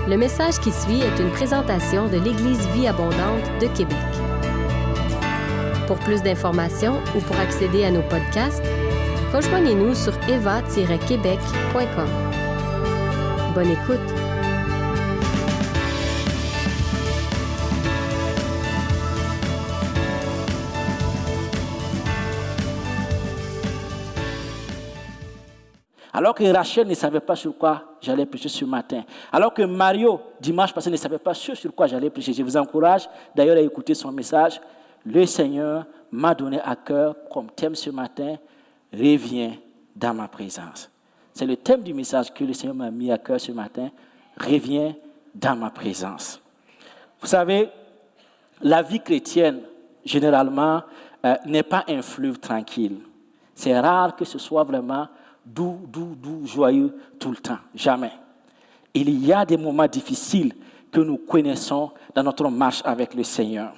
Le message qui suit est une présentation de l'Église Vie Abondante de Québec. Pour plus d'informations ou pour accéder à nos podcasts, rejoignez-nous sur eva-québec.com. Bonne écoute! Alors que Rachel ne savait pas sur quoi j'allais prêcher ce matin. Alors que Mario, dimanche passé, ne savait pas sur quoi j'allais prêcher. Je vous encourage d'ailleurs à écouter son message. Le Seigneur m'a donné à cœur comme thème ce matin, « Reviens dans ma présence ». C'est le thème du message que le Seigneur m'a mis à cœur ce matin, « Reviens dans ma présence ». Vous savez, la vie chrétienne, généralement, n'est pas un fleuve tranquille. C'est rare que ce soit vraiment doux, joyeux tout le temps. Jamais. Il y a des moments difficiles que nous connaissons dans notre marche avec le Seigneur.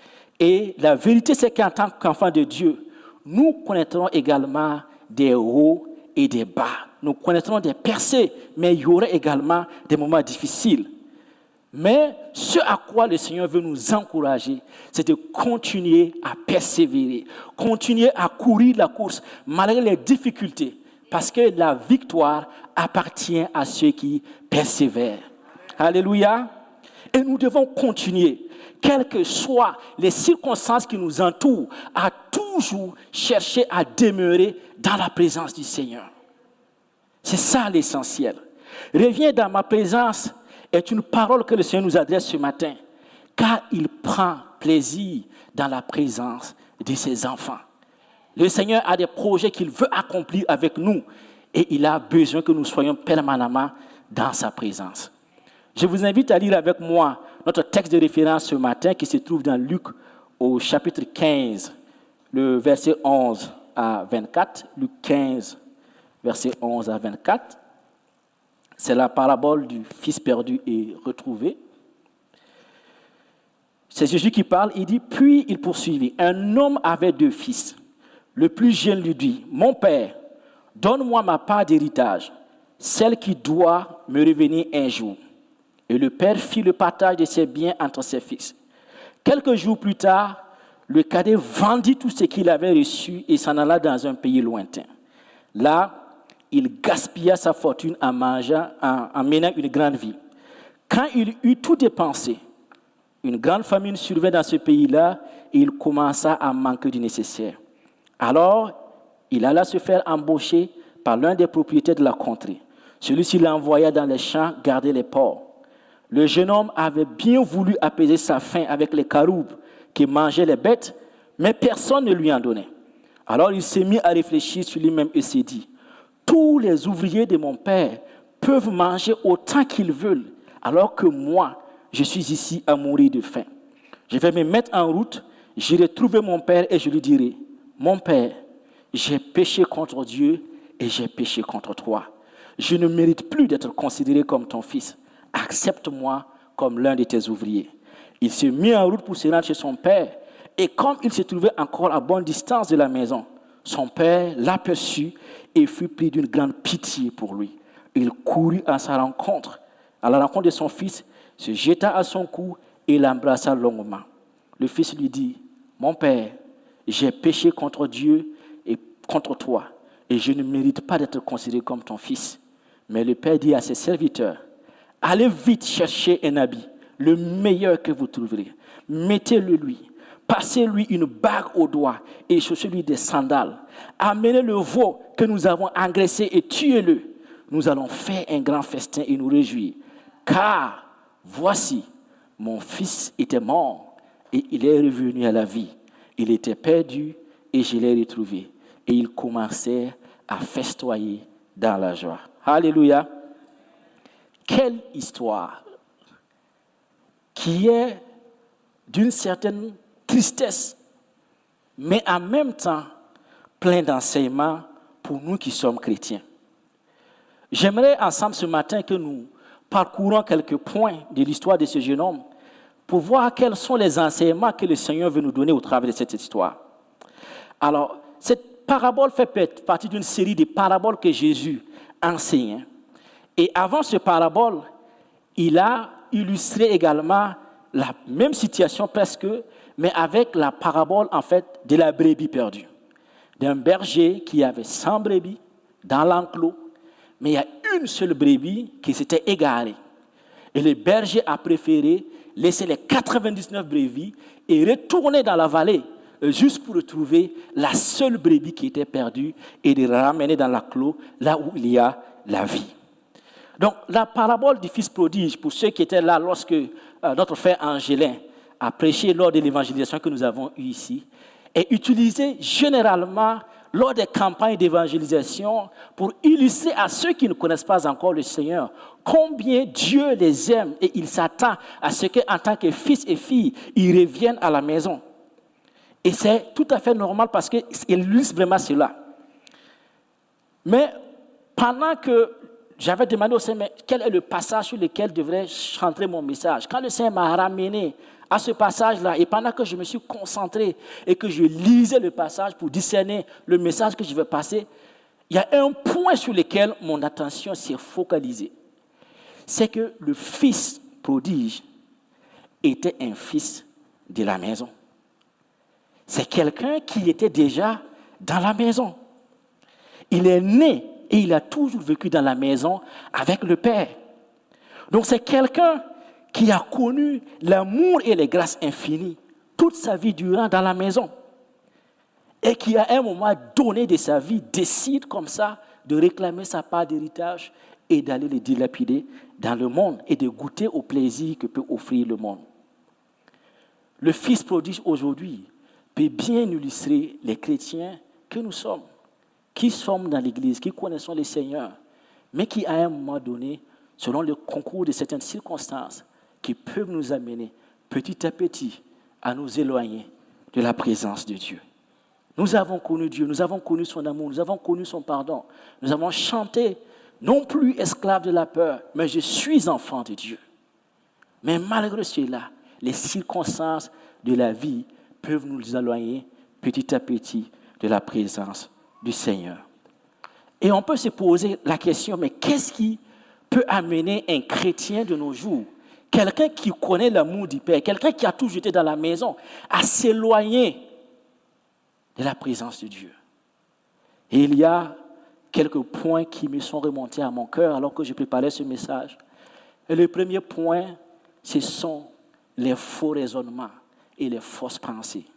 Et la vérité, c'est qu'en tant qu'enfants de Dieu, nous connaîtrons également des hauts et des bas. Nous connaîtrons des percées, mais il y aura également des moments difficiles. Mais ce à quoi le Seigneur veut nous encourager, c'est de continuer à persévérer, continuer à courir la course malgré les difficultés. Parce que la victoire appartient à ceux qui persévèrent. Alléluia. Et nous devons continuer, quelles que soient les circonstances qui nous entourent, à toujours chercher à demeurer dans la présence du Seigneur. C'est ça l'essentiel. Reviens dans ma présence est une parole que le Seigneur nous adresse ce matin, car il prend plaisir dans la présence de ses enfants. Le Seigneur a des projets qu'il veut accomplir avec nous et il a besoin que nous soyons permanemment dans sa présence. Je vous invite à lire avec moi notre texte de référence ce matin qui se trouve dans Luc au chapitre 15, le verset 11 à 24. Luc 15, verset 11 à 24. C'est la parabole du fils perdu et retrouvé. C'est Jésus qui parle, il dit, puis il poursuivit. Un homme avait 2 fils. Le plus jeune lui dit, « Mon père, donne-moi ma part d'héritage, celle qui doit me revenir un jour. » Et le père fit le partage de ses biens entre ses fils. Quelques jours plus tard, le cadet vendit tout ce qu'il avait reçu et s'en alla dans un pays lointain. Là, il gaspilla sa fortune en menant une grande vie. Quand il eut tout dépensé, une grande famine survint dans ce pays-là et il commença à manquer du nécessaire. Alors, il alla se faire embaucher par l'un des propriétaires de la contrée. Celui-ci l'envoya dans les champs garder les porcs. Le jeune homme avait bien voulu apaiser sa faim avec les caroubes qui mangeaient les bêtes, mais personne ne lui en donnait. Alors il s'est mis à réfléchir sur lui-même et s'est dit, « Tous les ouvriers de mon père peuvent manger autant qu'ils veulent, alors que moi, je suis ici à mourir de faim. Je vais me mettre en route, j'irai trouver mon père et je lui dirai, « Mon père, j'ai péché contre Dieu et j'ai péché contre toi. Je ne mérite plus d'être considéré comme ton fils. Accepte-moi comme l'un de tes ouvriers. » Il s'est mis en route pour se rendre chez son père. Et comme il se trouvait encore à bonne distance de la maison, son père l'aperçut et fut pris d'une grande pitié pour lui. Il courut à la rencontre de son fils, se jeta à son cou et l'embrassa longuement. Le fils lui dit, « Mon père, j'ai péché contre Dieu et contre toi, et je ne mérite pas d'être considéré comme ton fils. » Mais le père dit à ses serviteurs, « Allez vite chercher un habit, le meilleur que vous trouverez. Mettez-le lui, passez-lui une bague au doigt et chaussez-lui des sandales. Amenez le veau que nous avons engraissé et tuez-le. Nous allons faire un grand festin et nous réjouir. Car, voici, mon fils était mort et il est revenu à la vie. Il était perdu et je l'ai retrouvé. » Et ils commençaient à festoyer dans la joie. Alléluia. Quelle histoire qui est d'une certaine tristesse, mais en même temps plein d'enseignements pour nous qui sommes chrétiens. J'aimerais ensemble ce matin que nous parcourons quelques points de l'histoire de ce jeune homme pour voir quels sont les enseignements que le Seigneur veut nous donner au travers de cette histoire. Alors, cette parabole fait partie d'une série de paraboles que Jésus enseignait. Et avant ce parabole, il a illustré également la même situation presque, mais avec la parabole en fait de la brebis perdue. D'un berger qui avait 100 brebis dans l'enclos, mais il y a une seule brebis qui s'était égarée. Et le berger a préféré laisser les 99 brebis et retourner dans la vallée juste pour retrouver la seule brebis qui était perdue et de la ramener dans l'enclos, là où il y a la vie. Donc, la parabole du fils prodige, pour ceux qui étaient là lorsque notre frère Angélin a prêché lors de l'évangélisation que nous avons eue ici, est utilisée généralement lors des campagnes d'évangélisation pour illustrer à ceux qui ne connaissent pas encore le Seigneur combien Dieu les aime et il s'attend à ce qu'en tant que fils et filles, ils reviennent à la maison. Et c'est tout à fait normal parce qu'il illustre vraiment cela. Mais pendant que j'avais demandé au Seigneur quel est le passage sur lequel devrait rentrer mon message, quand le Seigneur m'a ramené à ce passage-là, et pendant que je me suis concentré et que je lisais le passage pour discerner le message que je vais passer, il y a un point sur lequel mon attention s'est focalisée. C'est que le fils prodige était un fils de la maison. C'est quelqu'un qui était déjà dans la maison. Il est né et il a toujours vécu dans la maison avec le Père. Donc c'est quelqu'un qui a connu l'amour et les grâces infinies toute sa vie durant dans la maison. Et qui à un moment donné de sa vie décide comme ça de réclamer sa part d'héritage et d'aller le dilapider dans le monde et de goûter au plaisir que peut offrir le monde. Le Fils prodige aujourd'hui peut bien illustrer les chrétiens que nous sommes, qui sommes dans l'Église, qui connaissons le Seigneur, mais qui à un moment donné, selon le concours de certaines circonstances, qui peuvent nous amener petit à petit à nous éloigner de la présence de Dieu. Nous avons connu Dieu, nous avons connu son amour, nous avons connu son pardon, nous avons chanté, non plus esclave de la peur, mais je suis enfant de Dieu. Mais malgré cela, les circonstances de la vie peuvent nous éloigner petit à petit de la présence du Seigneur. Et on peut se poser la question, mais qu'est-ce qui peut amener un chrétien de nos jours, quelqu'un qui connaît l'amour du Père, quelqu'un qui a toujours été dans la maison, à s'éloigner de la présence de Dieu? Et il y a quelques points qui me sont remontés à mon cœur alors que je préparais ce message. Et le premier point, ce sont les faux raisonnements et les fausses pensées.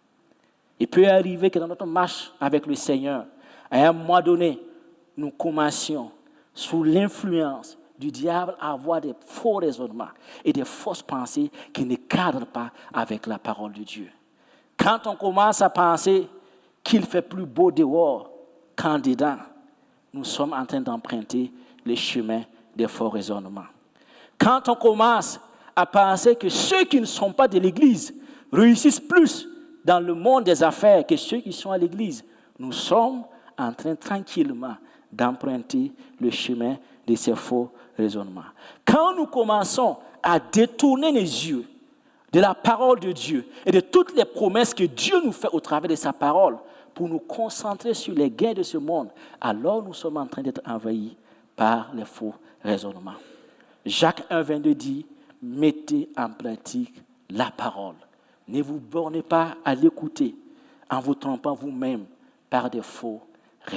Il peut arriver que dans notre marche avec le Seigneur, à un moment donné, nous commencions sous l'influence du diable à avoir des faux raisonnements et des fausses pensées qui ne cadrent pas avec la parole de Dieu. Quand on commence à penser qu'il fait plus beau dehors qu'en dedans, nous sommes en train d'emprunter le chemin des faux raisonnements. Quand on commence à penser que ceux qui ne sont pas de l'Église réussissent plus dans le monde des affaires que ceux qui sont à l'Église, nous sommes en train tranquillement d'emprunter le chemin de ces faux raisonnements. Quand nous commençons à détourner les yeux de la parole de Dieu et de toutes les promesses que Dieu nous fait au travers de sa parole pour nous concentrer sur les gains de ce monde, alors nous sommes en train d'être envahis par les faux raisonnements. Jacques 1,22 dit « Mettez en pratique la parole. Ne vous bornez pas à l'écouter en vous trompant vous-même par des faux raisonnements. »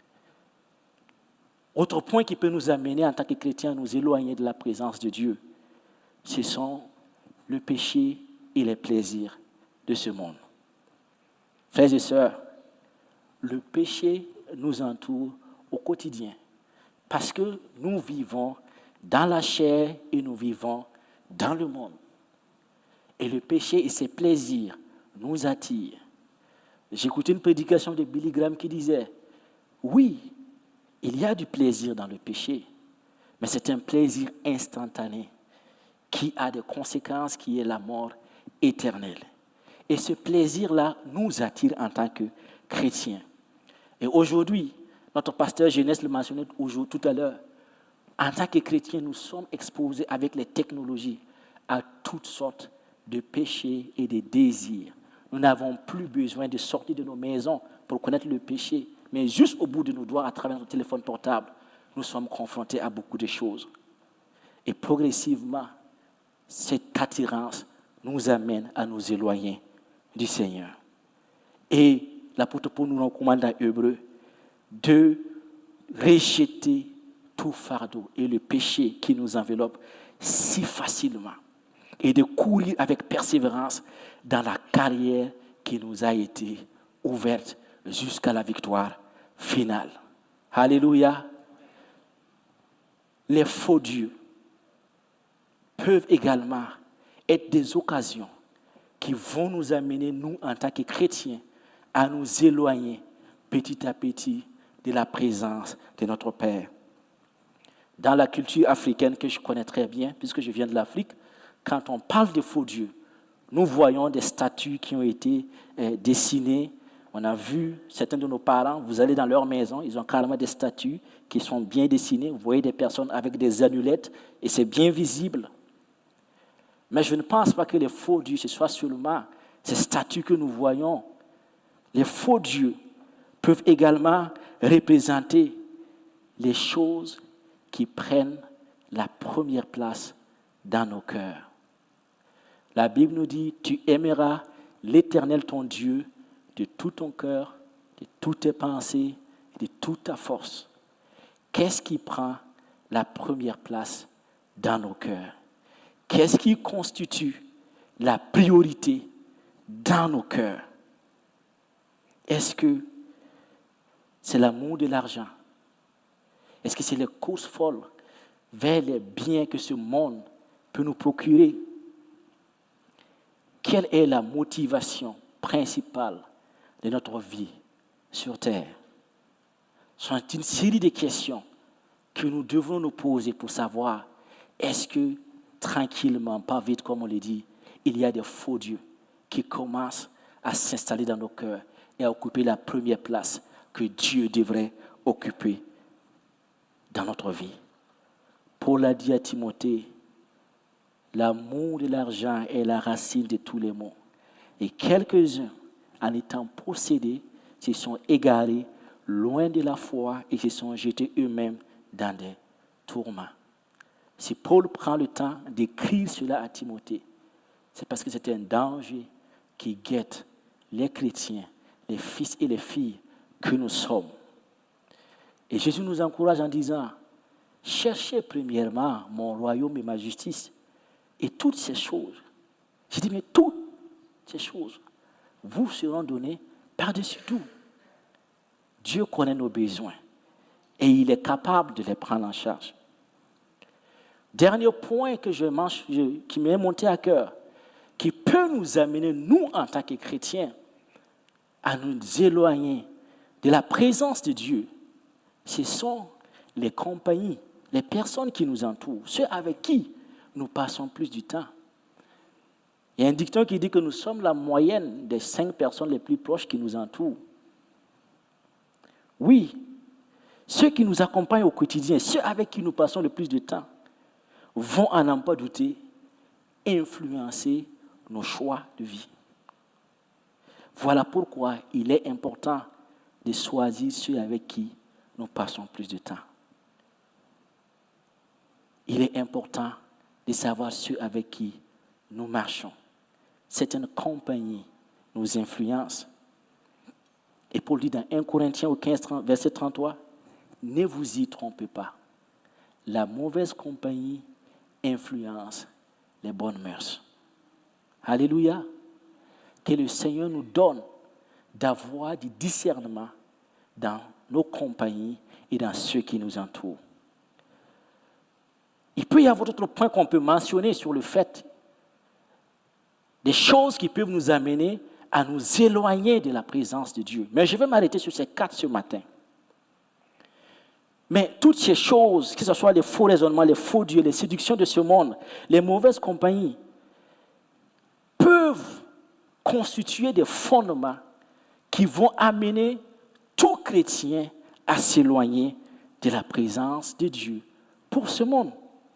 Autre point qui peut nous amener en tant que chrétiens à nous éloigner de la présence de Dieu, ce sont le péché et les plaisirs de ce monde. Frères et sœurs, le péché nous entoure au quotidien parce que nous vivons dans la chair et nous vivons dans le monde. Et le péché et ses plaisirs nous attirent. J'écoutais une prédication de Billy Graham qui disait « Oui, il y a du plaisir dans le péché, mais c'est un plaisir instantané qui a des conséquences, qui est la mort éternelle. » Et ce plaisir-là nous attire en tant que chrétiens. Et aujourd'hui, notre pasteur Jeunesse le mentionnait tout à l'heure, en tant que chrétiens, nous sommes exposés avec les technologies à toutes sortes de péchés et de désirs. Nous n'avons plus besoin de sortir de nos maisons pour connaître le péché, mais juste au bout de nos doigts, à travers notre téléphone portable, nous sommes confrontés à beaucoup de choses. Et progressivement, cette attirance nous amène à nous éloigner du Seigneur. Et l'apôtre Paul nous recommande dans Hébreux de rejeter tout fardeau et le péché qui nous enveloppe si facilement et de courir avec persévérance dans la carrière qui nous a été ouverte jusqu'à la victoire finale. Alléluia. Les faux dieux peuvent également être des occasions qui vont nous amener, nous, en tant que chrétiens, à nous éloigner petit à petit de la présence de notre Père. Dans la culture africaine que je connais très bien, puisque je viens de l'Afrique, quand on parle de faux dieux, nous voyons des statues qui ont été dessinées. On a vu certains de nos parents, vous allez dans leur maison, ils ont carrément des statues qui sont bien dessinées. Vous voyez des personnes avec des amulettes et c'est bien visible. Mais je ne pense pas que les faux dieux, ce soit seulement ces statues que nous voyons. Les faux dieux peuvent également représenter les choses qui prennent la première place dans nos cœurs. La Bible nous dit, tu aimeras l'Éternel ton Dieu de tout ton cœur, de toutes tes pensées, de toute ta force. Qu'est-ce qui prend la première place dans nos cœurs? Qu'est-ce qui constitue la priorité dans nos cœurs? Est-ce que c'est l'amour de l'argent? Est-ce que c'est les courses folles vers les biens que ce monde peut nous procurer? Quelle est la motivation principale de notre vie sur Terre? Ce sont une série de questions que nous devons nous poser pour savoir est-ce que tranquillement, pas vite comme on le dit, il y a des faux dieux qui commencent à s'installer dans nos cœurs et à occuper la première place que Dieu devrait occuper dans notre vie. Paul a dit à Timothée, l'amour de l'argent est la racine de tous les maux. Et quelques-uns, en étant possédés, se sont égarés loin de la foi et se sont jetés eux-mêmes dans des tourments. Si Paul prend le temps d'écrire cela à Timothée, c'est parce que c'est un danger qui guette les chrétiens, les fils et les filles que nous sommes. Et Jésus nous encourage en disant, cherchez premièrement mon royaume et ma justice, et toutes ces choses, je dis, mais toutes ces choses vous seront données par-dessus tout. Dieu connaît nos besoins et il est capable de les prendre en charge. Dernier point que qui m'est monté à cœur, qui peut nous amener, nous, en tant que chrétiens, à nous éloigner de la présence de Dieu, ce sont les compagnies, les personnes qui nous entourent, ceux avec qui nous passons plus du temps. Il y a un dicton qui dit que nous sommes la moyenne des 5 personnes les plus proches qui nous entourent. Oui, ceux qui nous accompagnent au quotidien, ceux avec qui nous passons le plus de temps, vont, à n'en pas douter, influencer nos choix de vie. Voilà pourquoi il est important de choisir ceux avec qui nous passons plus de temps. Il est important de savoir ceux avec qui nous marchons. Certaines compagnies nous influencent. Et Paul dit dans 1 Corinthiens au 15, verset 33, ne vous y trompez pas. La mauvaise compagnie influence les bonnes mœurs. Alléluia. Que le Seigneur nous donne d'avoir du discernement dans nos compagnies et dans ceux qui nous entourent. Il peut y avoir d'autres points qu'on peut mentionner sur le fait des choses qui peuvent nous amener à nous éloigner de la présence de Dieu. Mais je vais m'arrêter sur ces 4 ce matin. Mais toutes ces choses, que ce soit les faux raisonnements, les faux dieux, les séductions de ce monde, les mauvaises compagnies, peuvent constituer des fondements qui vont amener tout chrétien à s'éloigner de la présence de Dieu pour ce monde.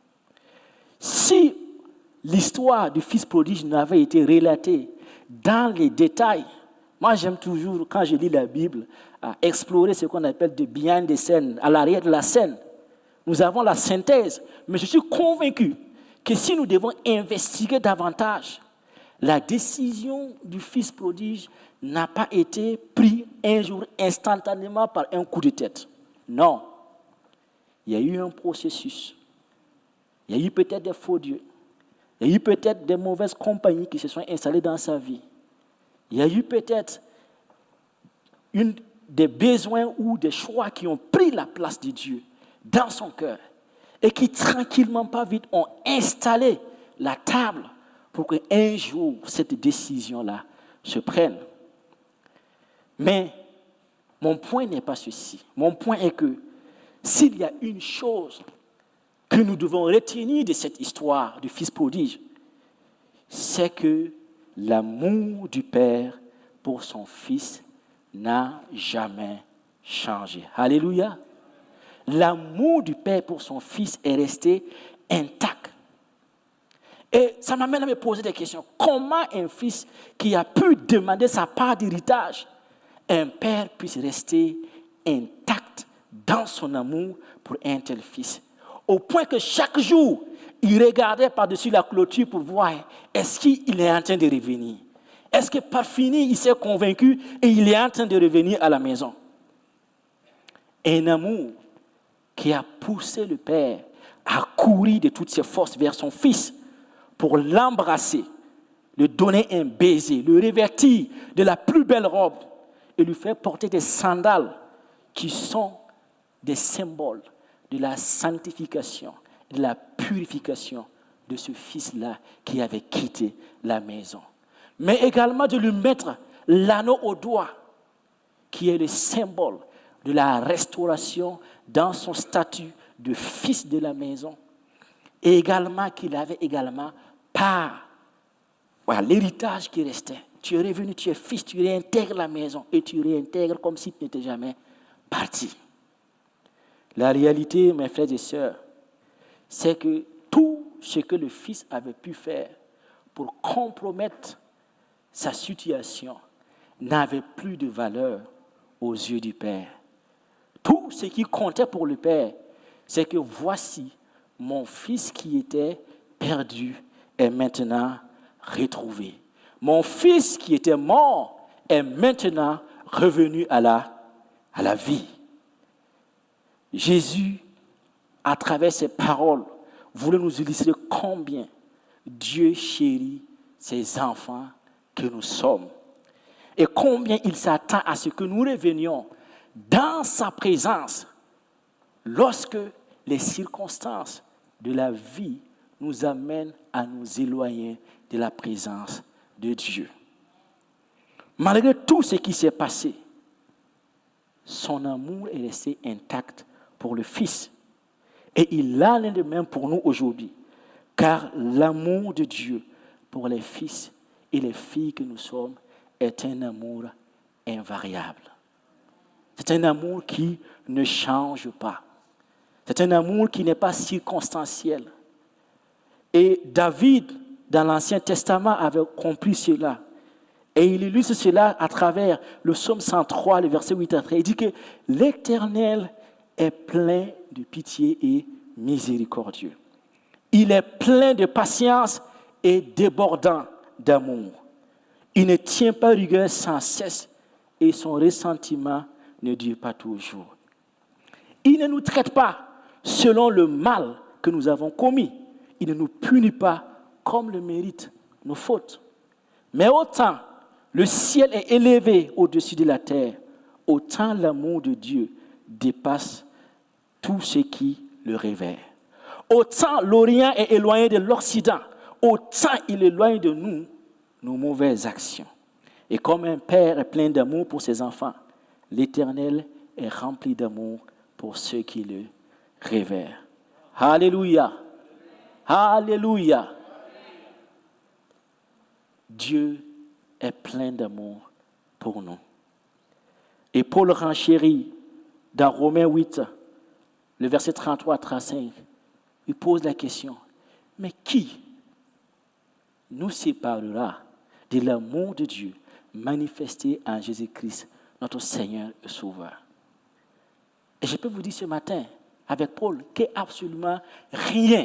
Si l'histoire du fils prodige n'avait été relatée dans les détails, moi j'aime toujours, quand je lis la Bible, à explorer ce qu'on appelle de behind the scene, à l'arrière de la scène. nous avons la synthèse, mais je suis convaincu que si nous devons investiguer davantage, la décision du fils prodige n'a pas été prise un jour instantanément par un coup de tête. Non. Il y a eu un processus. Il y a eu peut-être des faux dieux. Il y a eu peut-être des mauvaises compagnies qui se sont installées dans sa vie. Il y a eu peut-être des besoins ou des choix qui ont pris la place de Dieu dans son cœur et qui tranquillement, pas vite, ont installé la table pour qu'un jour, cette décision-là se prenne. Mais mon point n'est pas ceci. Mon point est que s'il y a une chose que nous devons retenir de cette histoire du fils prodige, c'est que l'amour du Père pour son fils n'a jamais changé. Alléluia. L'amour du Père pour son fils est resté intact. Et ça m'amène à me poser des questions. Comment un fils qui a pu demander sa part d'héritage, un père puisse rester intact dans son amour pour un tel fils? Au point que chaque jour, il regardait par-dessus la clôture pour voir est-ce qu'il est en train de revenir. Est-ce que par fini, il s'est convaincu et il est en train de revenir à la maison? Un amour qui a poussé le père à courir de toutes ses forces vers son fils pour l'embrasser, lui donner un baiser, le revêtir de la plus belle robe et lui faire porter des sandales qui sont des symboles de la sanctification, de la purification de ce fils-là qui avait quitté la maison. Mais également de lui mettre l'anneau au doigt, qui est le symbole de la restauration dans son statut de fils de la maison. Et également qu'il avait également part, voilà, l'héritage qui restait. Tu es revenu, tu es fils, tu réintègres la maison et tu réintègres comme si tu n'étais jamais parti. La réalité, mes frères et sœurs, c'est que tout ce que le fils avait pu faire pour compromettre sa situation n'avait plus de valeur aux yeux du Père. Tout ce qui comptait pour le Père, c'est que voici mon fils qui était perdu est maintenant retrouvé. Mon fils qui était mort est maintenant revenu à la vie. Jésus, à travers ses paroles, voulait nous illustrer combien Dieu chérit ses enfants que nous sommes et combien il s'attend à ce que nous revenions dans sa présence lorsque les circonstances de la vie nous amènent à nous éloigner de la présence de Dieu. Malgré tout ce qui s'est passé, son amour est resté intact pour le Fils. Et il a l'un de même pour nous aujourd'hui. Car l'amour de Dieu pour les fils et les filles que nous sommes est un amour invariable. C'est un amour qui ne change pas. C'est un amour qui n'est pas circonstanciel. Et David, dans l'Ancien Testament, avait compris cela. Et il illustre cela à travers le psaume 103, le verset 8 à 13. Il dit que l'Éternel est plein de pitié et miséricordieux. Il est plein de patience et débordant d'amour. Il ne tient pas rigueur sans cesse et son ressentiment ne dure pas toujours. Il ne nous traite pas selon le mal que nous avons commis. Il ne nous punit pas comme le méritent nos fautes. Mais autant le ciel est élevé au-dessus de la terre, autant l'amour de Dieu dépasse tout ce qui le révère. Autant l'Orient est éloigné de l'Occident, autant il éloigne de nous nos mauvaises actions. Et comme un père est plein d'amour pour ses enfants, l'Éternel est rempli d'amour pour ceux qui le révèrent. Alléluia. Alléluia. Dieu est plein d'amour pour nous. Et Paul renchérit dans Romains 8, le verset 33 à 35, il pose la question, mais qui nous séparera de l'amour de Dieu manifesté en Jésus-Christ, notre Seigneur et Sauveur? Et je peux vous dire ce matin, avec Paul qu'absolument rien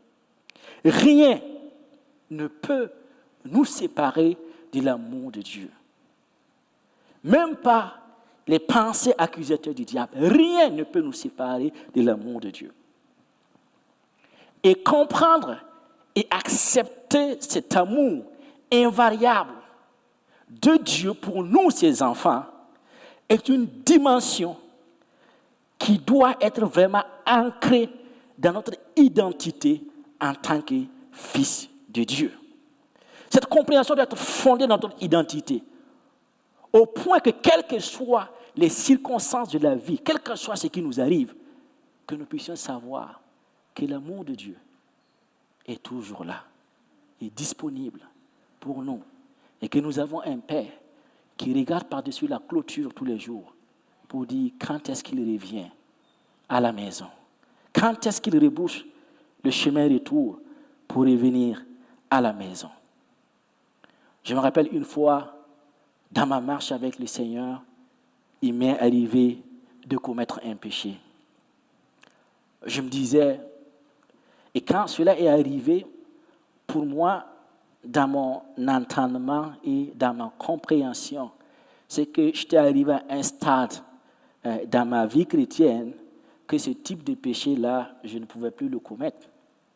ne peut nous séparer de l'amour de Dieu. Même pas les pensées accusateurs du diable. Rien ne peut nous séparer de l'amour de Dieu. Et comprendre et accepter cet amour invariable de Dieu pour nous, ses enfants, est une dimension qui doit être vraiment ancrée dans notre identité en tant que fils de Dieu. Cette compréhension doit être fondée dans notre identité, au point que quelles que soient les circonstances de la vie, quel que soit ce qui nous arrive, que nous puissions savoir que l'amour de Dieu est toujours là, est disponible pour nous, et que nous avons un Père qui regarde par-dessus la clôture tous les jours pour dire quand est-ce qu'il revient à la maison, quand est-ce qu'il rebouche le chemin retour pour revenir à la maison. Je me rappelle une fois, dans ma marche avec le Seigneur, il m'est arrivé de commettre un péché. Je me disais, et quand cela est arrivé, pour moi, dans mon entendement et dans ma compréhension, c'est que j'étais arrivé à un stade dans ma vie chrétienne que ce type de péché-là, je ne pouvais plus le commettre.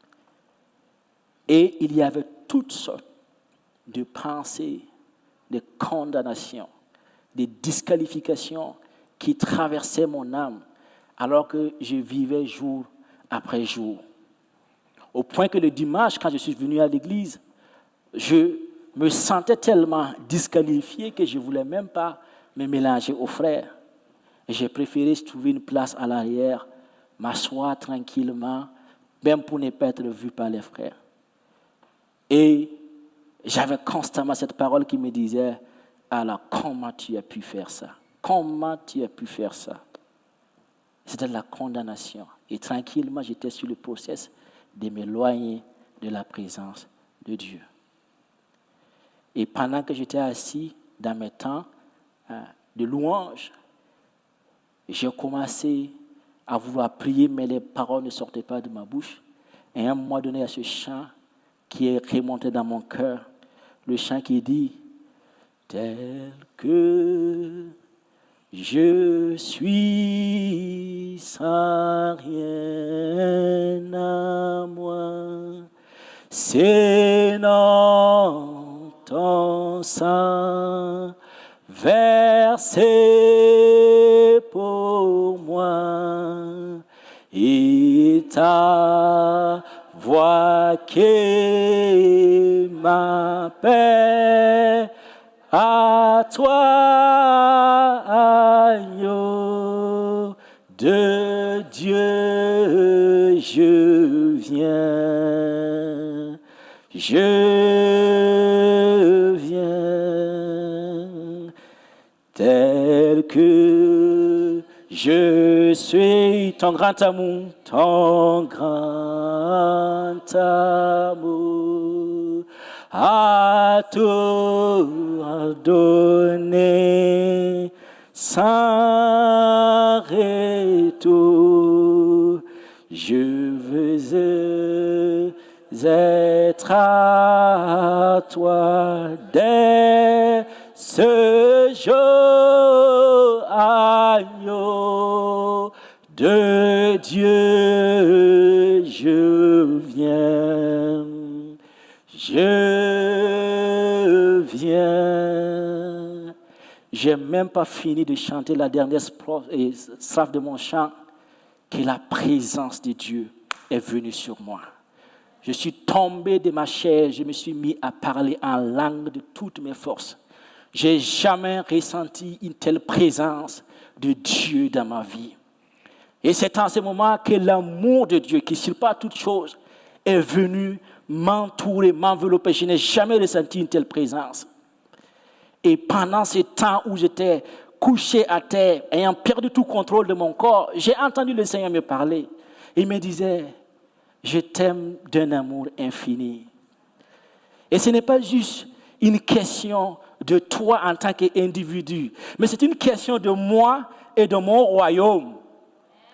Et il y avait toutes sortes de pensées, de condamnations, de disqualifications qui traversaient mon âme alors que je vivais jour après jour. Au point que le dimanche, quand je suis venu à l'église, je me sentais tellement disqualifié que je ne voulais même pas me mélanger aux frères. Et j'ai préféré trouver une place à l'arrière, m'asseoir tranquillement, même pour ne pas être vu par les frères. Et j'avais constamment cette parole qui me disait, alors comment tu as pu faire ça? Comment tu as pu faire ça? C'était de la condamnation. Et tranquillement, j'étais sur le processus de m'éloigner de la présence de Dieu. Et pendant que j'étais assis dans mes temps de louange, j'ai commencé à vouloir prier, mais les paroles ne sortaient pas de ma bouche. Et à un moment donné, il y a ce chant qui est remonté dans mon cœur, le chant qui dit « Tel que je suis sans rien à moi, c'est non ton sang versé pour moi et ta voix qui m'appelle à toi, agneau de Dieu, je viens, tel que je suis, ton grand amour, à tout donner sans retour. Je veux être à toi dès ce jour, agneau de Dieu, je viens. J'ai même pas fini de chanter la dernière strophe de mon chant, que la présence de Dieu est venue sur moi. Je suis tombé de ma chaise, je me suis mis à parler en langue de toutes mes forces. J'ai jamais ressenti une telle présence de Dieu dans ma vie. Et c'est en ce moment que l'amour de Dieu, qui surpasse toute chose, est venu m'entourer, m'envelopper. Je n'ai jamais ressenti une telle présence. Et pendant ce temps où j'étais couché à terre, ayant perdu tout contrôle de mon corps, j'ai entendu le Seigneur me parler. Il me disait, je t'aime d'un amour infini. Et ce n'est pas juste une question de toi en tant qu'individu, mais c'est une question de moi et de mon royaume.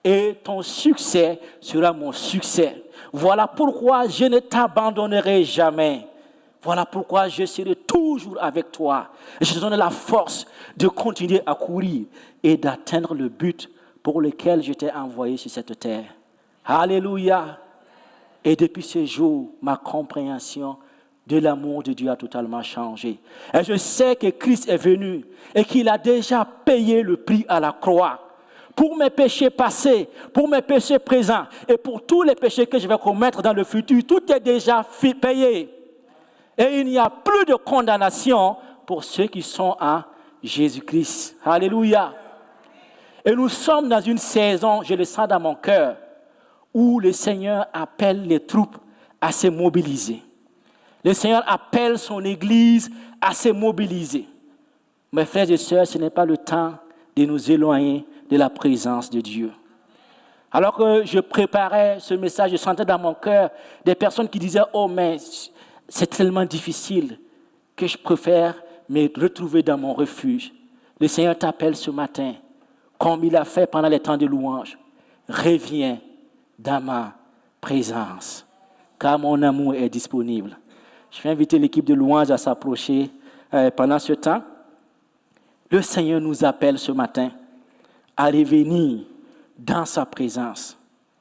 et ton succès sera mon succès. Voilà pourquoi je ne t'abandonnerai jamais. Voilà pourquoi je serai toujours avec toi. Je te donne la force de continuer à courir et d'atteindre le but pour lequel je t'ai envoyé sur cette terre. Alléluia. Et depuis ce jour, ma compréhension de l'amour de Dieu a totalement changé. Et je sais que Christ est venu et qu'il a déjà payé le prix à la croix. Pour mes péchés passés, pour mes péchés présents et pour tous les péchés que je vais commettre dans le futur, tout est déjà payé. Et il n'y a plus de condamnation pour ceux qui sont en Jésus-Christ. Alléluia. Et nous sommes dans une saison, je le sens dans mon cœur, où le Seigneur appelle les troupes à se mobiliser. Le Seigneur appelle son Église à se mobiliser. Mes frères et sœurs, ce n'est pas le temps de nous éloigner de la présence de Dieu. Alors que je préparais ce message, je sentais dans mon cœur des personnes qui disaient « Oh, mais c'est tellement difficile que je préfère me retrouver dans mon refuge. » Le Seigneur t'appelle ce matin, comme il a fait pendant les temps de louange. Reviens dans ma présence, car mon amour est disponible. Je vais inviter l'équipe de louange à s'approcher pendant ce temps. Le Seigneur nous appelle ce matin à revenir dans sa présence.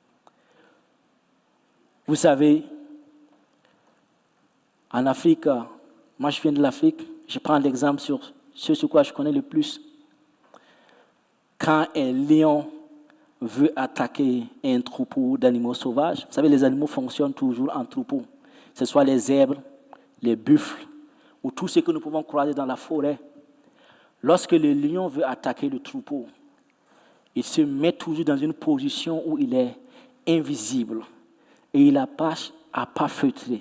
Vous savez, en Afrique, moi je viens de l'Afrique, je prends l'exemple sur ce sur quoi je connais le plus. Quand un lion veut attaquer un troupeau d'animaux sauvages, vous savez, les animaux fonctionnent toujours en troupeau, que ce soit les zèbres, les buffles ou tout ce que nous pouvons croiser dans la forêt. Lorsque le lion veut attaquer le troupeau, il se met toujours dans une position où il est invisible et il apache à pas feutrer.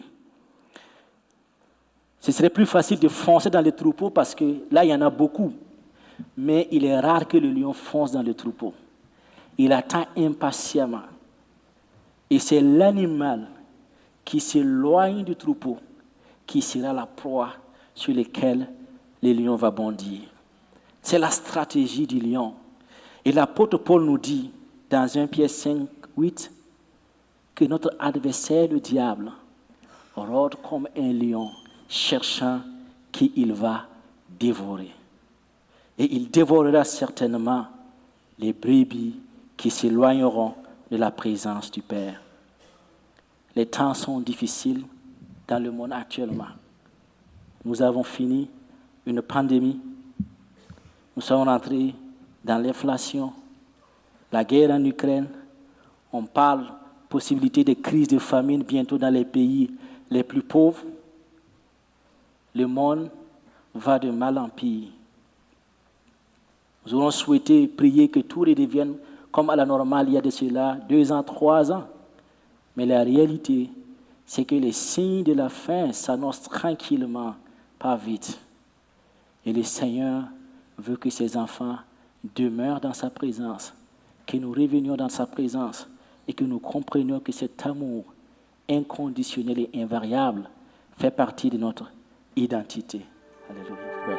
Ce serait plus facile de foncer dans les troupeaux parce que là, il y en a beaucoup. Mais il est rare que le lion fonce dans le troupeau. Il attend impatiemment. Et c'est l'animal qui s'éloigne du troupeau qui sera la proie sur laquelle le lion va bondir. C'est la stratégie du lion. Et l'apôtre Paul nous dit, dans 1 Pierre 5, 8, que notre adversaire, le diable, rôde comme un lion, cherchant qui il va dévorer. Et il dévorera certainement les brebis qui s'éloigneront de la présence du Père. Les temps sont difficiles dans le monde actuellement. Nous avons fini une pandémie. Nous sommes rentrés dans l'inflation, la guerre en Ukraine. On parle possibilité de crise de famine bientôt dans les pays les plus pauvres. Le monde va de mal en pire. Nous aurons souhaité prier que tout redevienne comme à la normale il y a de cela 2 ans, 3 ans. Mais la réalité, c'est que les signes de la fin s'annoncent tranquillement, pas vite. Et le Seigneur veut que ses enfants demeurent dans sa présence, que nous revenions dans sa présence et que nous comprenions que cet amour inconditionnel et invariable fait partie de notre identité. Alléluia.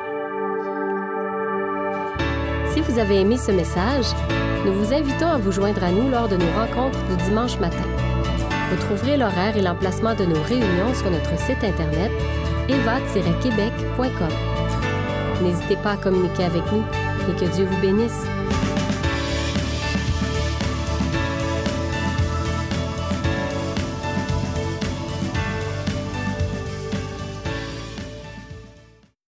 Si vous avez aimé ce message, nous vous invitons à vous joindre à nous lors de nos rencontres du dimanche matin. Vous trouverez l'horaire et l'emplacement de nos réunions sur notre site internet eva-québec.com. N'hésitez pas à communiquer avec nous et que Dieu vous bénisse.